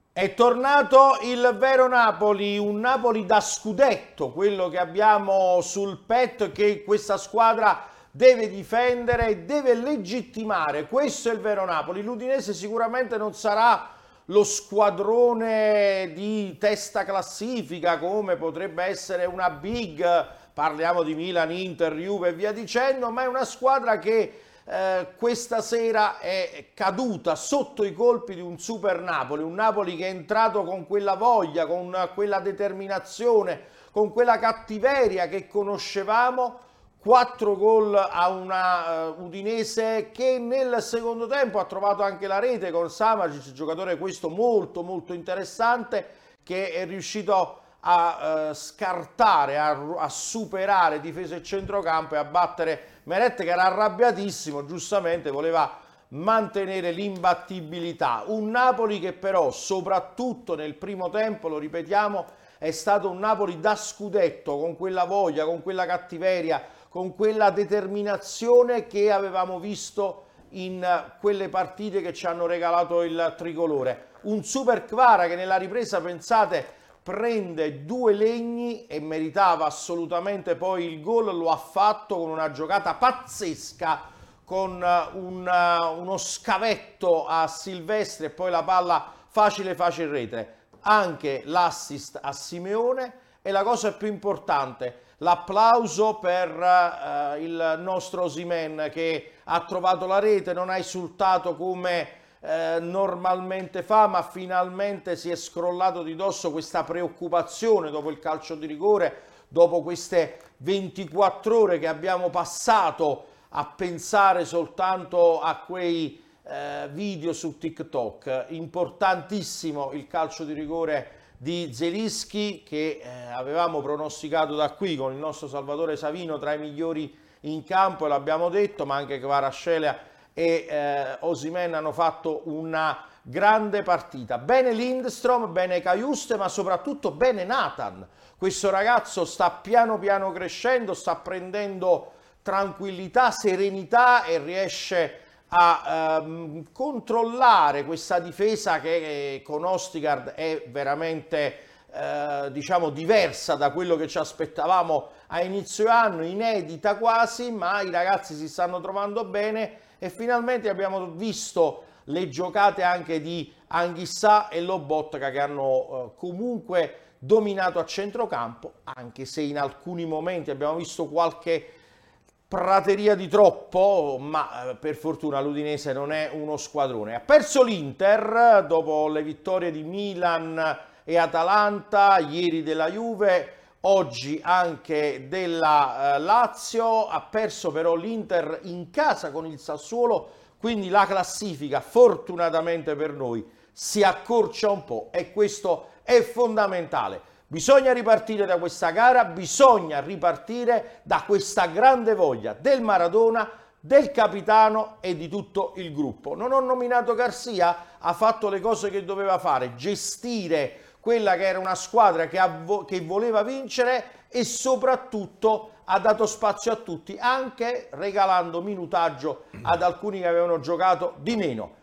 È tornato il vero Napoli, un Napoli da scudetto, quello che abbiamo sul petto che questa squadra deve difendere e deve legittimare. Questo è il vero Napoli. L'Udinese sicuramente non sarà lo squadrone di testa classifica come potrebbe essere una big, parliamo di Milan, Inter, Juve e via dicendo, ma è una squadra che questa sera è caduta sotto i colpi di un super Napoli, un Napoli che è entrato con quella voglia, con quella determinazione, con quella cattiveria che conoscevamo. 4 gol a una Udinese che nel secondo tempo ha trovato anche la rete con Samagic, giocatore questo molto molto interessante, che è riuscito a scartare, a superare difesa e centrocampo e a battere Meret, che era arrabbiatissimo, giustamente voleva mantenere l'imbattibilità. Un Napoli che però soprattutto nel primo tempo, lo ripetiamo, è stato un Napoli da scudetto, con quella voglia, con quella cattiveria, con quella determinazione che avevamo visto in quelle partite che ci hanno regalato il tricolore. Un super Kvara che nella ripresa, pensate, prende 2 legni e meritava assolutamente poi il gol, lo ha fatto con una giocata pazzesca, con uno scavetto a Silvestri e poi la palla facile facile in rete. Anche l'assist a Simeone e la cosa più importante, l'applauso per il nostro Osimhen che ha trovato la rete, non ha esultato come normalmente fa, ma finalmente si è scrollato di dosso questa preoccupazione dopo il calcio di rigore, dopo queste 24 ore che abbiamo passato a pensare soltanto a quei video su TikTok. Importantissimo il calcio di rigore di Zelinski che avevamo pronosticato da qui con il nostro Salvatore Savino tra i migliori in campo, e l'abbiamo detto, ma anche Kvaratskhelia e Osimhen hanno fatto una grande partita. Bene Lindstrom, bene Cajuste, ma soprattutto bene Nathan. Questo ragazzo sta piano piano crescendo, sta prendendo tranquillità, serenità e riesce a controllare questa difesa che con Ostigard è veramente diciamo diversa da quello che ci aspettavamo a inizio anno, inedita quasi, ma i ragazzi si stanno trovando bene e finalmente abbiamo visto le giocate anche di Anghissà e Lobotka che hanno comunque dominato a centrocampo, anche se in alcuni momenti abbiamo visto qualche prateria di troppo, ma per fortuna l'Udinese non è uno squadrone. Ha perso l'Inter dopo le vittorie di Milan e Atalanta, ieri della Juve, oggi anche della Lazio. Ha perso però l'Inter in casa con il Sassuolo, quindi la classifica fortunatamente per noi si accorcia un po' e questo è fondamentale. Bisogna ripartire da questa gara, bisogna ripartire da questa grande voglia del Maradona, del capitano e di tutto il gruppo. Non ho nominato Garcia, ha fatto le cose che doveva fare, gestire quella che era una squadra che voleva vincere e soprattutto ha dato spazio a tutti, anche regalando minutaggio ad alcuni che avevano giocato di meno.